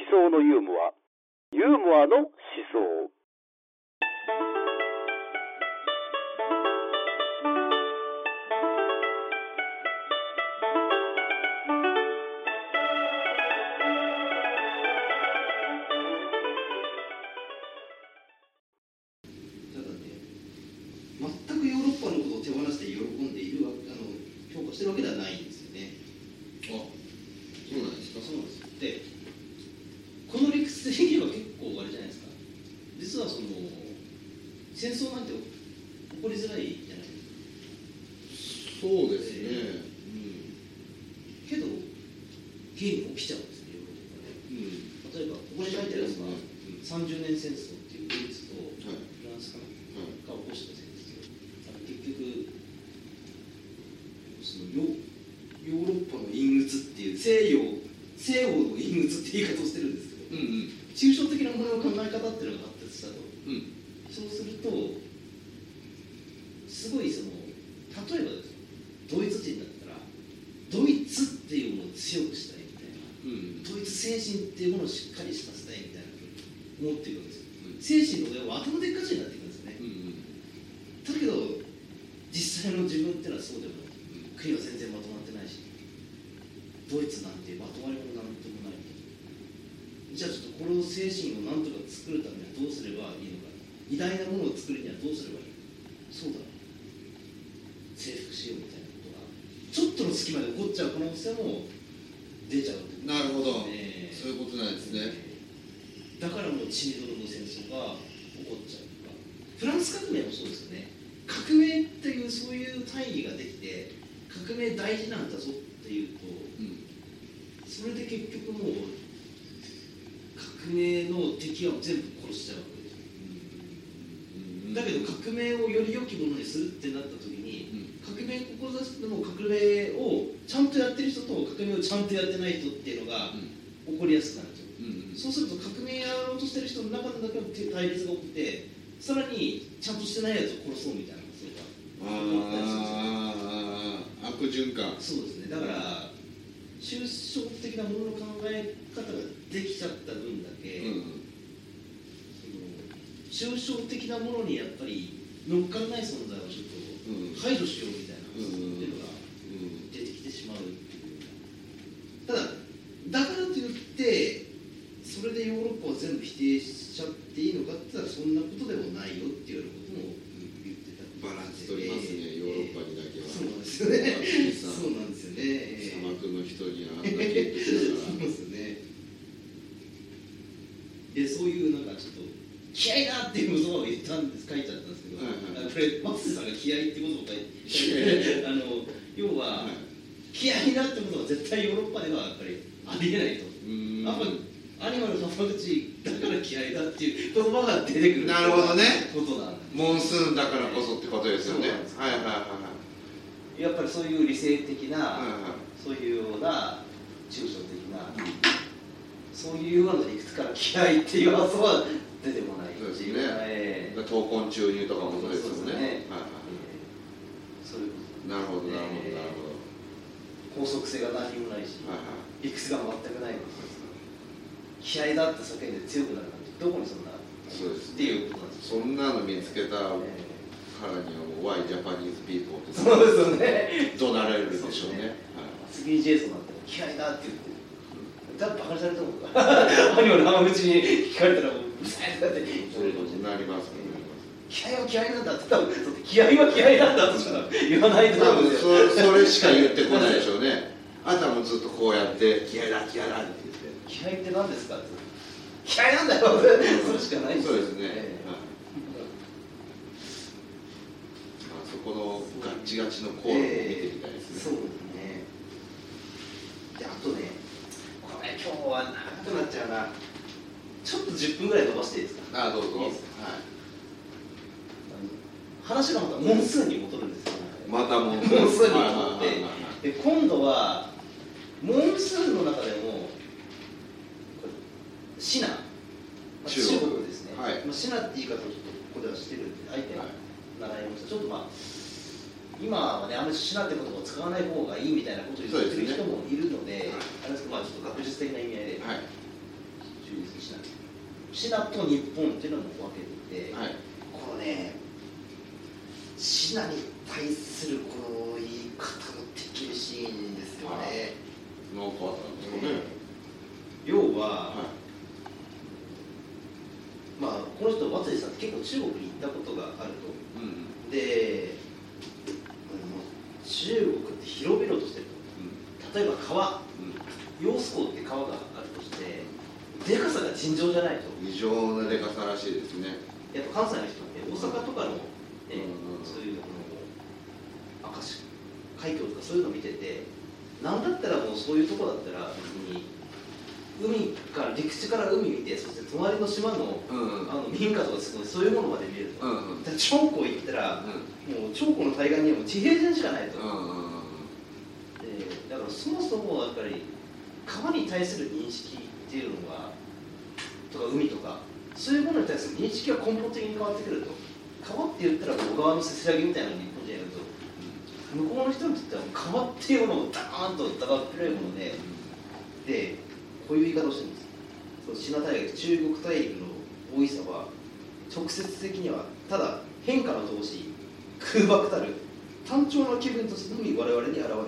想のユーモア、ユーモアの思想。 全くヨーロッパのことを手放して喜んでいる評価してるわけではないんですよね。 あ、そうなんですか。 そうなんですよ。で、この理屈で言えば結構あれじゃないですか。実はその戦争なんて起こりづらいじゃないですか。 そうですね。 けどゲーム起きちゃうんですね、ヨーロッパで。例えばここに書いてあるやつは、30年戦争っていうドイツとフランスかな、が起こした戦争。結局そのヨーロッパの陰鬱っていう西洋の陰鬱って言い方をしてるんですけど、抽象的なものの考え方っていうのが発達したと、そうするとすごいその例えばですよ、ドイツ人だったらドイツっていうものを強くしたいみたいな、ドイツ精神っていうものをしっかりさせたいみたいなふうに思っていくんですよ。精神の上は頭でっかちになっていくんですよね。だけど実際の自分ってのはそうでもない、国は全然まとまってないし、ドイツなんてまとまりもなんともない。じゃあちょっとこの精神をなんとか作るためにはどうすればいいのか、偉大なものを作るにはどうすればいいのか、そうだ、征服しようみたいなことがちょっとの隙間で起こっちゃう可能性も出ちゃう。 なるほど、そういうことなんですね。 だからもう血みどろの戦争が起こっちゃうとか、フランス革命もそうですよね。革命っていうそういう大義ができて、革命大事なんだぞっていうと、それで結局もう革命の敵は全部殺しちゃうわけですよ。だけど革命をより良きものにするってなった時に、革命を志しても革命をちゃんとやってる人と革命をちゃんとやってない人っていうのが起こりやすくなるんですよ。そうすると革命やろうとしてる人の中だけの対立が起きて、さらにちゃんとしてないやつを殺そうみたいなことが起こったりするんですよ。 悪循環。 そうですね。だから抽象的なものの考え方ができちゃった分だけ、その抽象的なものにやっぱり乗っからない存在をちょっと排除しようみたいな発想っていうのが出てきてしまうっていう。ただからといってそれでヨーロッパを全部否定しちゃっていいのかって言ったらそんなことでもないよっていうようなことも言ってた。 バランス取りますね、ヨーロッパにだけは。 そうなんですよね。そうなんですよね。 砂漠の人にはあんだけ言ってたから。 そうですよね。で、そういうなんかちょっと気合いだっていう言葉を言ったんです、書いちゃったんですけど、これマスさんが気合いってことを書いて要は、気合いだってことは絶対ヨーロッパではやっぱりありえないと。アニマルの浜口だから気合いだっていう言葉が出てくる。 なるほどね。 ことなんです。 モンスーンだからこそってことですよね。 やっぱりそういう理性的な、そういうような抽象的な、そういうような理屈から気合いっていう発想は出てこない。 そうですね。闘魂注入とかもそうですよね。 そういうこと。 なるほどなるほどなるほど。 法則性が何もないし、理屈が全くない。気合だって叫んで強くなるなんてどこにそんなっていうことなんですよ。 そんなの見つけたからにはもう Why Japanese people ってそうですよね。 怒鳴られるでしょうね。 次にジェイソンなんて気合だって言ってだってバカにされたもんか。アニマルの浜口に聞かれたらもううるさいってなってなりますね。 気合は気合なんだって多分気合は気合なんだとしか言わないと多分それしか言ってこないでしょうね。あなたもずっとこうやって気合だ気合だって言って。 気合って何ですかって気合なんだよそれしかないんですよ。 そうですね。そこのガッチガチのコードを見てみたいですね。 そうですね。であとね、これ今日は長くなっちゃうな。ちょっと10分ぐらい伸ばしていいですか。 どうぞ。 いいですか。話がまたモンスーンに戻るんですよ。 またモンスーンに戻ってで今度はモンスーンの中でもシナ、中国ですね。シナって言い方をちょっとここではしてるんで、相手は習いました。ちょっと今はね、あんまりシナって言葉を使わない方がいいみたいなことを言ってる人もいるので、あれですけど、ちょっと学術的な意味合いで、 シナと日本っていうのも分けてて、 はい、 このねシナに対するこの言い方も厳しいんですよね。 なんかあったんですかね。 要は、 はい、 まあこの人松井さんって結構中国に行ったことがあると、 うん、 で中国って広々としてると、例えば川、揚子江って川があるとしてでかさが尋常じゃないと、 異常なでかさらしいですね。 やっぱ関西の人って大阪とかの、ね、そういうの明石海峡とかそういうのを見てて、なんだったらもうそういうとこだったら別に海から陸地から海見て、そして隣の島の、民家とかそういうものまで見えると、長江行ったら、もう長江の対岸にはもう地平線しかないと、だからそもそもやっぱり川に対する認識っていうのがとか海とかそういうものに対する認識が根本的に変わってくると、川って言ったら小川のせせらぎみたいなのに日本人やると、向こうの人にとっては川っていうものをダーンとだばっ広いもので、こういう言い方をしてるんです。そのシナ大陸、中国大陸の大きさは直接的にはただ変化の同時空爆たる単調な気分としてのみ我々に現れる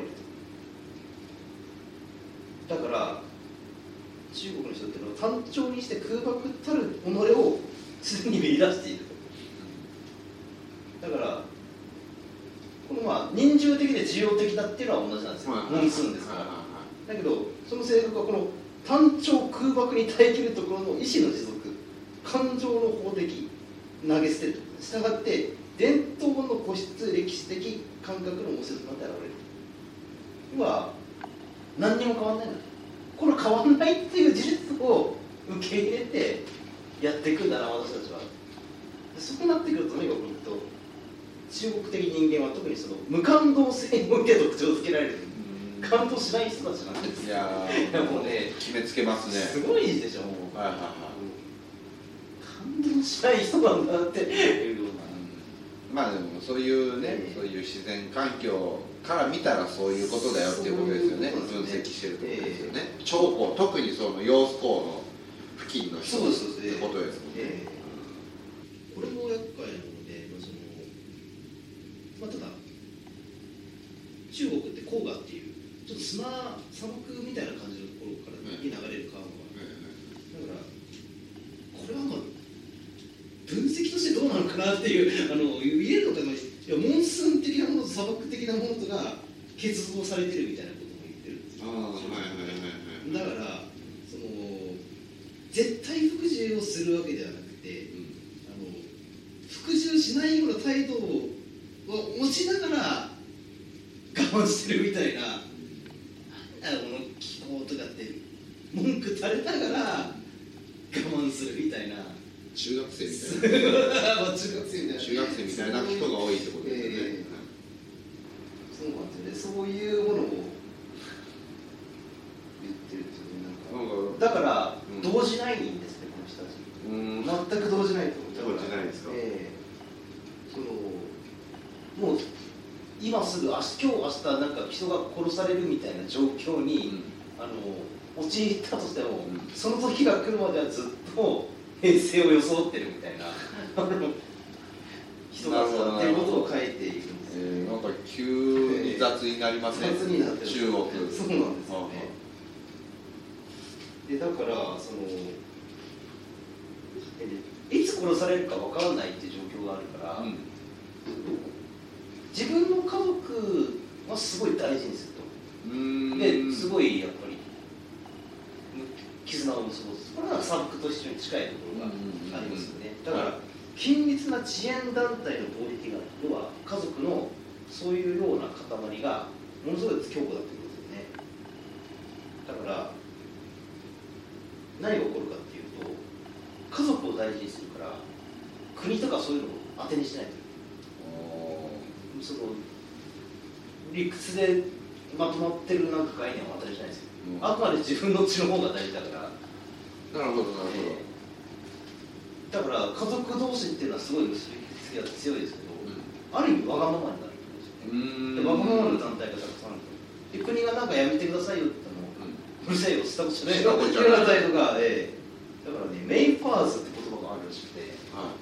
と。だから中国の人っていうのは単調にして空爆たる己をすでに見出していると。だからこのまあ人情的で需要的だっていうのは同じなんですよ、モンスーンですから。だけどその性格はこの単調空爆に耐えきるところの意志の持続、感情の法的投げ捨てると。したがって伝統の固執歴史的感覚の模索となって現れる。要は何にも変わらないんだ。これ変わらないっていう事実を受け入れてやっていくんだな、私たちは。そうなってくると、とにかく中国的人間は特にその無感動性において特徴づけられる。感動しない人たちなんです。 いやもうね、決めつけますね。 すごいでしょ、もう。 はいはいはい。 感動しない人なんだっていうような。まあでもそういうね、そういう自然環境から見たらそういうことだよっていうことですよね。分析してるってことですよね。長江、特にその揚子江の付近の人ってことですもんね。 これも厄介なので、まあただ中国って黄河っていうちょっと砂漠みたいな感じのところからに流れる川が、だからこれはまあ分析としてどうなのかなっていう言えるのか、いやモンスーン的なものと砂漠的なものとが結合されてるみたいなことも言ってるんですよ。だからその絶対服従をするわけではなくて、服従しないような態度を持ちながら我慢してるみたいな、この気候とかって文句垂れながら我慢するみたいな。 中学生みたいな中学生みたいな中学生みたいな人が多いってことですよね。 そうなんですよね。そういうものを言ってるんですよね。なんかだから動じないんですね、この人たち。全く動じないと思う。 動じないですか。 もう今すぐ今日明日なんか人が殺されるみたいな状況に、陥ったとしても、その時が来るまではずっと平静を装ってるみたいな人がさっていうことを書いているんですよ。 なんか急に雑になりますね、 雑になってる。 中国。 そうなんですよね。でだからいつ殺されるかわからないっていう状況があるから、自分の家族はすごい大事にすると。ですごいやっぱり絆を結ぼう。これは砂漠と非常に近いところがありますよね。だから緊密な支援団体の攻撃が、要は家族のそういうような塊がものすごい強固だということですよね。だから何が起こるかっていうと、家族を大事にするから国とかそういうのを当てにしないと。その理屈でまとまってるなんか概念は当たりしないですよ。あくまで自分の血の方が大事だから。 なるほどなるほど。だから家族同士っていうのはすごい結びつきが強いですけど、ある意味わがままになるんですよ。わがままの団体がたくさんあると。で国がなんかやめてくださいよって言っても、うるせえよ、したことないよっていうような態度が、だかだからね、メイファーズって言葉があるらしくて、 は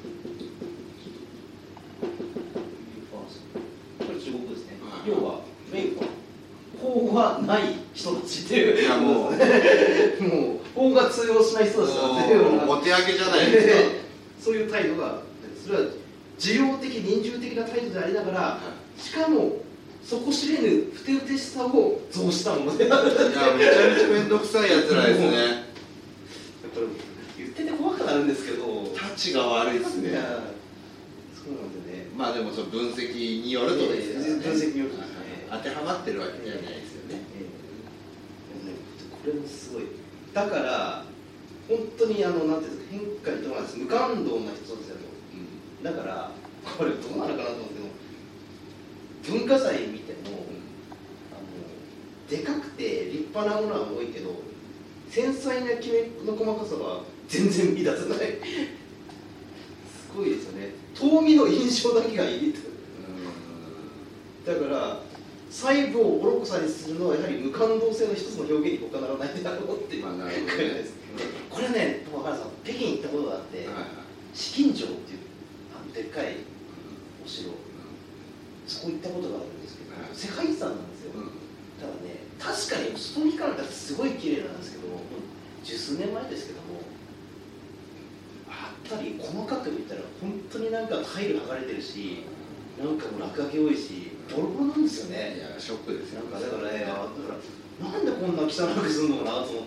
メイファーズ、これ中国語ですね、 はい要はメイファー、法がない人たちっていう、 いやもうもう法が通用しない人たちだっていうような、 お手上げじゃないですそういう態度が、それは受容的、人従的な態度でありながら、しかも底知れぬふてぶてしさを増したものである。 か。いやめちゃめちゃ面倒くさいやつらですね。 これ言ってて怖くなるんですけど、 タチが悪いですね。 いやそうなんだよね。 まあでもその分析によるとですからね。 分析によるとですね。 当てはまってるわけじゃないですよね。 これもすごい。だから本当になんていうんですか、変化に伴わず無感動な人ですよ。だからこれどうなるかなと思うんですけど、文化財見ても、でかくて立派なものは多いけど、繊細なきめの細かさは全然見出せない。すごいですよね。遠見の印象だけがいいと。だから細部をおろそかにするのはやはり無感動性の一つの表現に他ならないんだろうっていうまあなるほどね感じです。これね、僕原さん北京行ったことがあって、 はいはい。 紫禁城っていうでっかいお城、そこ行ったことがあるんですけど、世界遺産なんですよ。ただね、確かに外見から見たらすごい綺麗なんですけど、十数年前ですけども、やっぱり細かく見たら本当になんかタイル剥がれてるし、なんかもう落書き多いし、ボロボロなんですよね。 いやショックですよ。 なんかだからね、なんでこんな汚くするのかなと思って、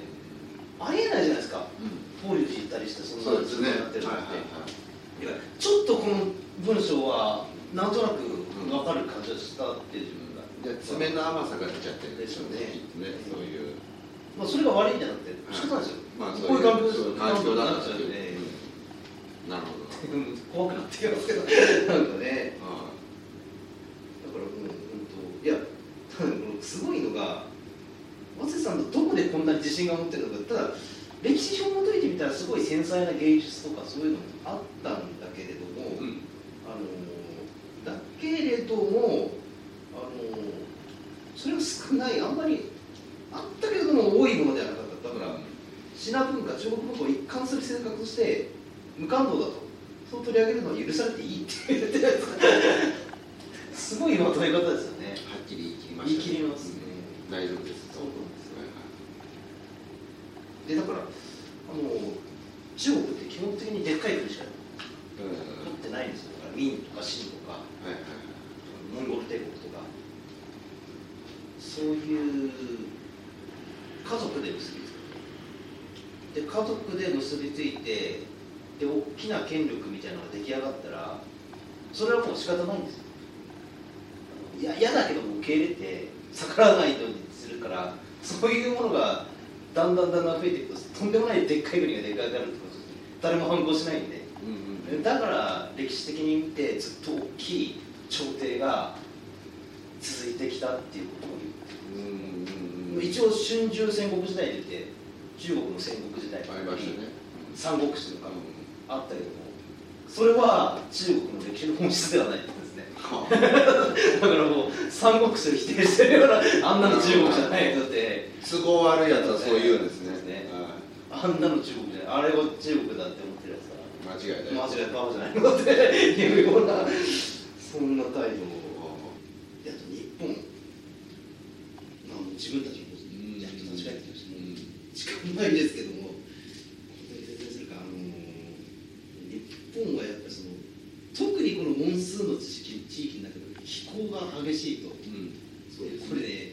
ありえないじゃないですか。法律行ったりしてそんなそうですね。 になってるのって。 はいはいはい。 ちょっとこの文章はなんとなく分かる感じがしたっていう自分が、 爪の甘さが出ちゃってるでしょうね。 きっとね、そういう。 まあそれが悪いんじゃなくて仕方ないですよ。 まあこういう環境ですよ。 環境だなっちゃうんで、 なるほど。 怖くなってきますけど、なんかね。だからもう本当いやすごいのが、早瀬さんのどこでこんなに自信が持ってるのか。ただ歴史書を解いてみたらすごい繊細な芸術とかそういうのもあったんだけれども、だけれどもそれが少ない、あんまりあったけれども多いものではなかった。だからシナ文化、中国文化を一貫する性格として無感動だと、そう取り上げるのは許されていいって言ってるやつすごいまとめ方ですよね。 はっきり言い切りま言いしたね。 切りますね。 大丈夫です。 そうなんですよ。でだから中国って基本的にでっかい国しか取ってないんですよ。だから明とか清とか、モンゴル帝国とか、そういう家族で結びつく。で家族で結びついて、で大きな権力みたいなのが出来上がったら、それはもう仕方ないんですよ。嫌だけども受け入れて逆らわないようにするから、そういうものがだんだん増えていくと、とんでもないでっかい国が出来上がるってことです。誰も反抗しないんで、だから歴史的に見てずっと大きい朝廷が続いてきたっていうことを言ってる。一応春秋戦国時代で言って中国の戦国時代とか三国志とかあったけども、それは中国の歴史の本質ではないんですね。だからもう三国志を否定してるような、あんなの中国じゃないので、 都合悪いやつはそう言うんですね。 あんなの中国じゃない、あれを中国だって思ってるやつは間違いない。 バカじゃないのっていうような、そんな態度をやっと日本、自分たちもやっと立ち返ってきました。時間ないですけども、説明するか、日本はやっぱり特にこのモンスーンの地域の中で気候が激しいと。これね、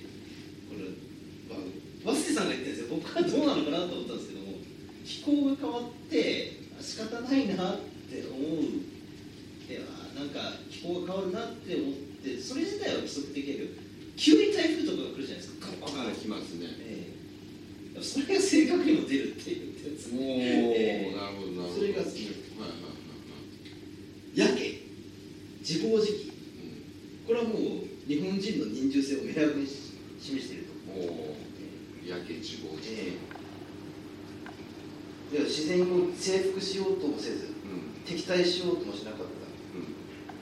早瀬さんが言ってるんですよ。僕はどうなのかなと思ったんですけども、気候が変わって仕方ないなって思う。ではなんか気候が変わるなって思って、それ自体は規則的だけど、急に台風とかが来るじゃないですか。 来ますね。 それが正確にも出るっていうやつ。 なるほどなるほど。 それがやけ自暴自棄、これはもう日本人の人従性を明確に示していると。 やけ自暴自棄。 で自然を征服しようともせず、敵対しようともしなかった、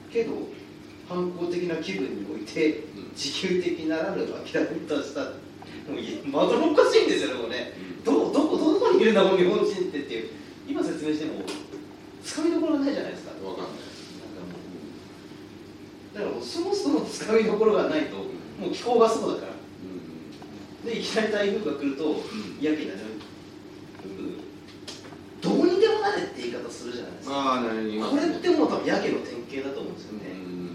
けど反抗的な気分において、自給的ならぬ諦めとした、もうまどろっこしいんですよね、これね。どこにるんだもん日本人ってっていう、今説明してもつかみどころがないじゃないですか。 分かんない。 だからもうそもそもつかみどころがないと、もう気候がそうだから、でいきなり台風が来るとやけになる。どうにでもなれって言い方するじゃないですか。これってもう多分やけの典型だと思うんですよね。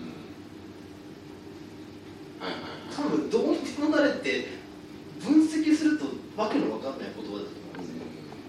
多分どうにでもなれって分析するとわけのわかんない言葉だと思うんですよ。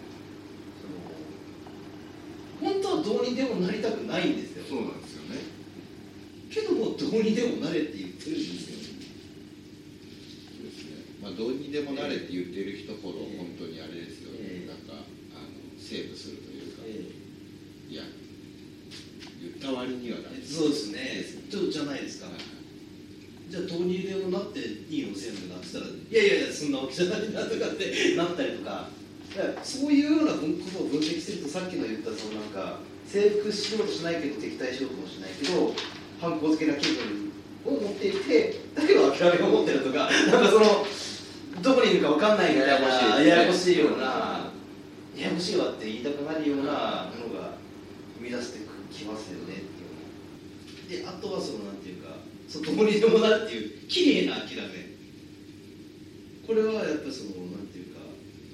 本当はどうにでもなりたくないんですよ。 そうなんですよね。 けどもどうにでもなれって言ってるんですよ。 そうですね。まあどうにでもなれって言ってる人ほど本当にあれですよね。なんかセーブするというか、いや言った割にはない。 そうですね。じゃないですか。じゃあどうにでもなっていいの全部なってたら、いやいやいやそんなわけじゃないなとかってなったりとか。そういうようなことを分析すると、さっきの言ったそのなんか征服しようとしないけど敵対しようともしないけど反抗的な気分を持っていて、だけど諦めを持ってるとか、なんかそのどこにいるか分かんないみたいな、ややこしいような、ややこしいわって言いたくなるようなものが生み出してきますよねっていう。であとはそのなんていうか、そのどこにでもなるっていう綺麗な諦め、これはやっぱりそのなんていうか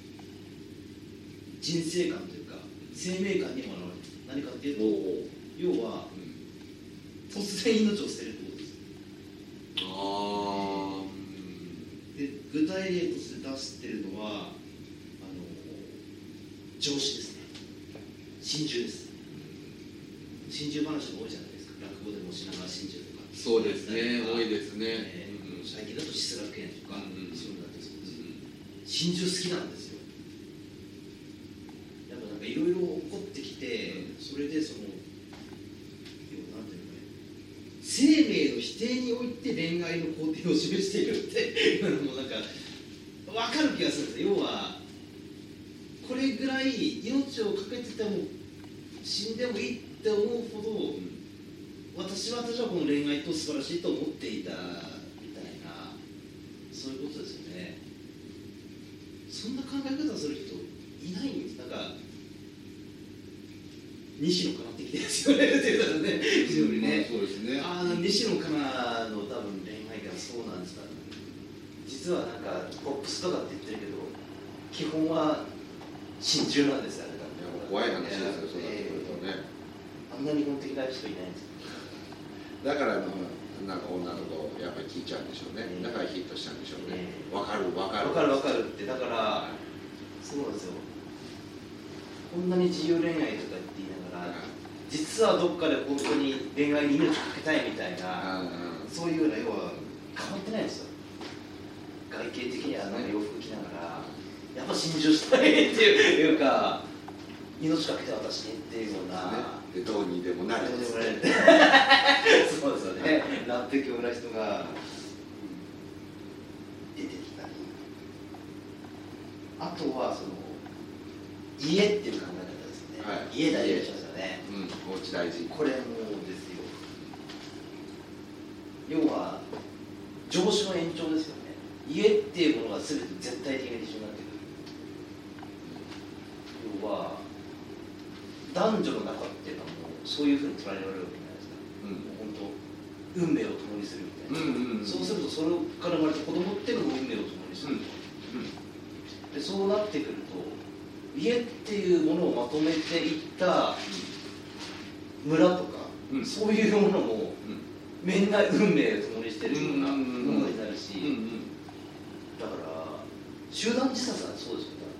人生観というか生命観にも何かっていうと、要は、突然命を捨てるってことです。で具体例として出してるのは上司ですね。心中です。心中話が多いじゃないですか。落語でも品川心中とか。 そうですね、多いですね。 最近だと失楽園とか、そういうのだってそうです。心中好きなんですよ。やっぱなんかいろいろ起こってきて、それでそのなんていうのね、生命の否定において恋愛の肯定を示しているってもうなんか分かる気がするんですよ。要はこれぐらい命を懸けてても死んでもいいって思うほど、私はこの恋愛と素晴らしいと思っていたみたいな、そういうことですよね。そんな考え方をする人いないんです。なんか西野カナってきてるんですよねっていうのね、非常にね。 そうですね。 西野カナの多分恋愛がそうなんですか、ね、実はなんかポップスとかって言ってるけど、基本は心中なんですよね。 怖い話ですよ、そうなってくるとね。 あんな日本的な人いないんですよ。 だからなんか女の子やっぱり聞いちゃうんでしょうね。だからヒットしたんでしょうね。わかるって、だからそうなんですよ。こんなに自由恋愛とかって言いながら、実はどっかで本当に恋愛に命をかけたいみたいな、そういうような要は変わってないんですよ。外形的には洋服着ながら、やっぱ心中したいっていうか、命かけて私にっていうような。 でどうにでもなれ。 そうですよね。難敵をな人が出てきたり、あとはその家っていう考え方ですね。家大事にしますよね。 お家大事。 これもですよ。要は上司の延長ですよね。家っていうものが全て絶対的な基準になってくる。要は男女の中っていうのはもうそういうふうに捉えられるわけじゃないですか。本当運命を共にするみたいな。そうするとそれから生まれた子供っていうのも運命を共にすると。でそうなってくると、家っていうものをまとめていった村とか、そういうものもみんな運命を共にしてるようなものになるし、だから集団自殺はそうですよね。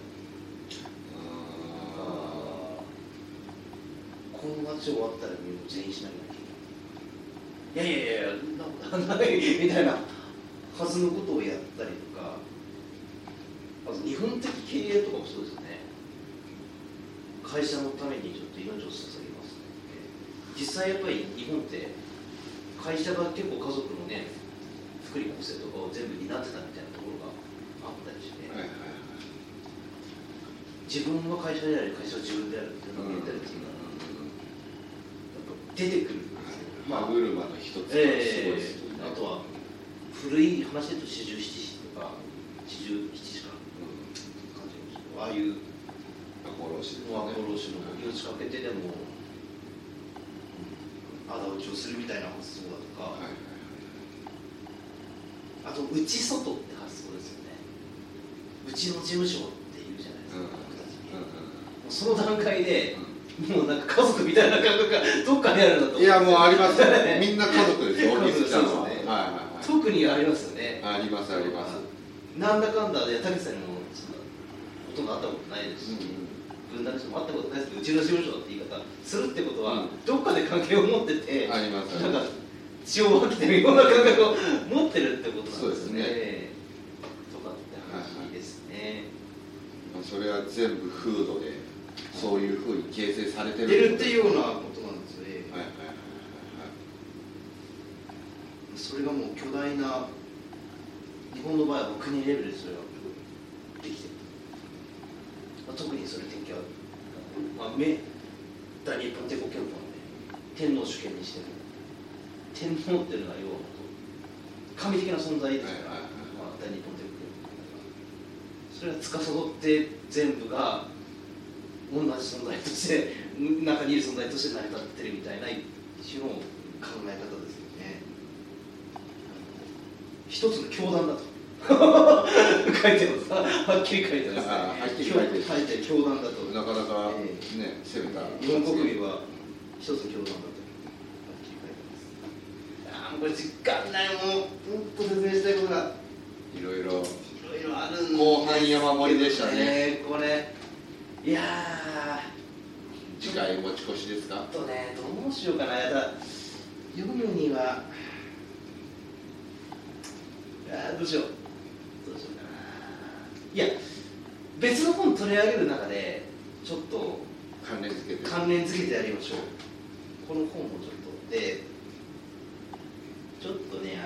この街終わったらみんな全員しなきゃいけない。いやなんかないみたいなはずのことをやったりとか、あと日本的経営とかもそうですよね。会社のためにちょっと命を捧げますね。実際やっぱり日本って会社が結構家族のね福利厚生とかを全部担ってたみたいなところがあったりして、自分は会社であり会社は自分であるっていうのをメンタリティーが出てくるんですよ。 歯車の一つがすごいですよね。 あとは古い話で言うと四十七士とか四十七士か、 ああいう赤穂浪士ですね。 赤穂浪士の命かけてでも仇討ちをするみたいな発想だとか、 はいはいはい、 あと内外って発想ですよね。うちの事務所っていうじゃないですか、僕たちに、その段階で、もうなんか家族みたいな感覚がどっかにあるんだと思う。 いやもうありますよね。みんな家族ですよ。 家族ちゃんは、 ですね。 はいはいはい、 特にありますよね。 ありますあります。 なんだかんだで竹内さんにもほとんど会ったことないですし、分断の人も会ったことないですけど、うちの事務所って言い方するってことは、どっかで関係を持ってて、 ありますなんか血を分けてるような感覚を持ってるってことなんですね。とかって話ですね。 それは全部風土でそういうふうに形成されてるっていうようなことなんですよね。はいはいはいはい。それがもう巨大な、日本の場合は国レベルでそれができてる。特にそれ典型は、大日本帝国憲法なんで天皇主権にしてる。天皇っていうのは要は神的な存在ですから、大日本帝国憲法。それが司って全部が同じ存在として中にいる存在として成り立ってるみたいな一種の考え方ですよね。一つの教団だと書いてます。はっきり書いてますね。 はっきり書いてる。 教団だと。 なかなかね、攻めた。 日本国民は一つの教団だと。はっきり書いてます。もうこれ時間ない、もうもっと説明したいことがいろいろあるんです。 後半山盛りでしたね。 これいや次回持ち越しですか？ どうしようかな。読むにはどうしようかな。いや、別の本取り上げる中でちょっと関連付けてやりましょう。この本もちょっとでちょっとね、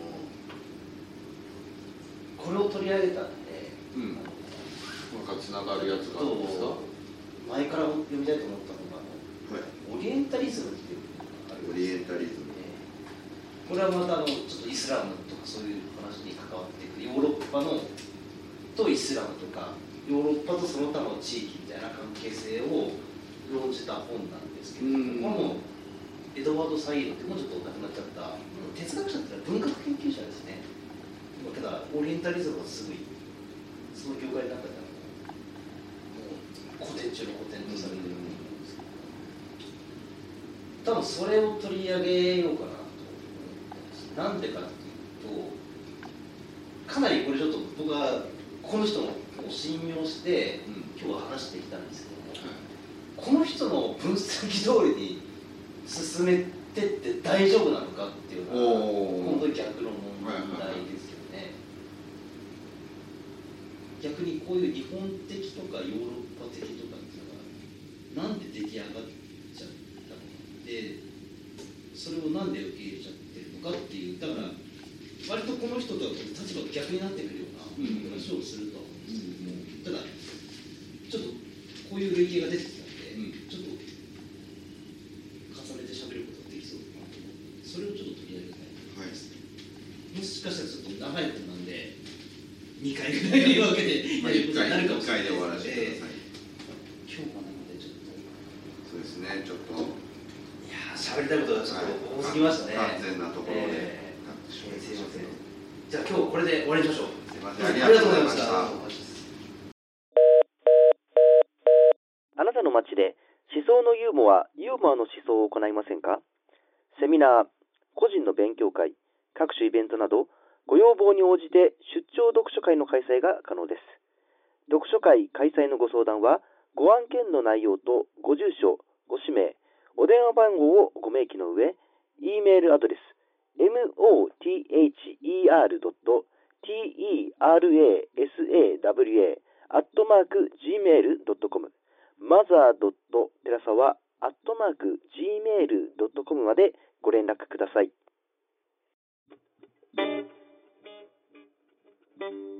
これを取り上げたんで、 なんかつながるやつがあるんですか？ 前から読みたいと思ったのが、オリエンタリズムっていうのがあるんです。オリエンタリズム、これはまたちょっとイスラムとかそういう話に関わっていくヨーロッパのとイスラムとかヨーロッパとその他の地域みたいな関係性を論じた本なんですけど、ここもエドワード・サイードってもうちょっと亡くなっちゃった哲学者っていうのは文学研究者ですね。だからオリエンタリズムはすごいその業界の中ではもう古典中の古典とされてると思うんですけど、多分それを取り上げようかなと思ってます。なんでかっていうと、かなりこれちょっと僕はこの人を信用して今日は話してきたんですけども、この人の分析通りに進めてって大丈夫なのかっていうのは本当に逆の問題ですよね。逆にこういう日本的とかヨーロッパ的とかっていうのはなんで出来上がっちゃったのかで、それをなんで受け入れちゃってるのかっていう、だから割とこの人とは立場が逆になってくるような話をするとは思うんですけども、ただちょっとこういう類型が出てきたので、ちょっと重ねて喋ることができそうだなと思って、それをちょっと取り上げたいと思います。もしかしたらちょっと長い本なんで2回ぐらいに分けてやることになるかもしれないで終わらせてください。 今日はなのでちょっとそうですね、ちょっといや喋りたいことがちょっと多すぎましたね。 完全なところで、 すいません。じゃあ今日これで終わりにしましょう。 すいません、ありがとうございました。 あなたの街で思想のユーモアの思想を行いませんか？セミナー、個人の勉強会、各種イベントなど、ご要望に応じて出張読書会の開催が可能です。読書会開催のご相談は、ご案件の内容とご住所、ご氏名、お電話番号をご明記の上、E メールアドレス、mother.terasawa@gmail.com mother.terasawa@gmail.com までご連絡ください。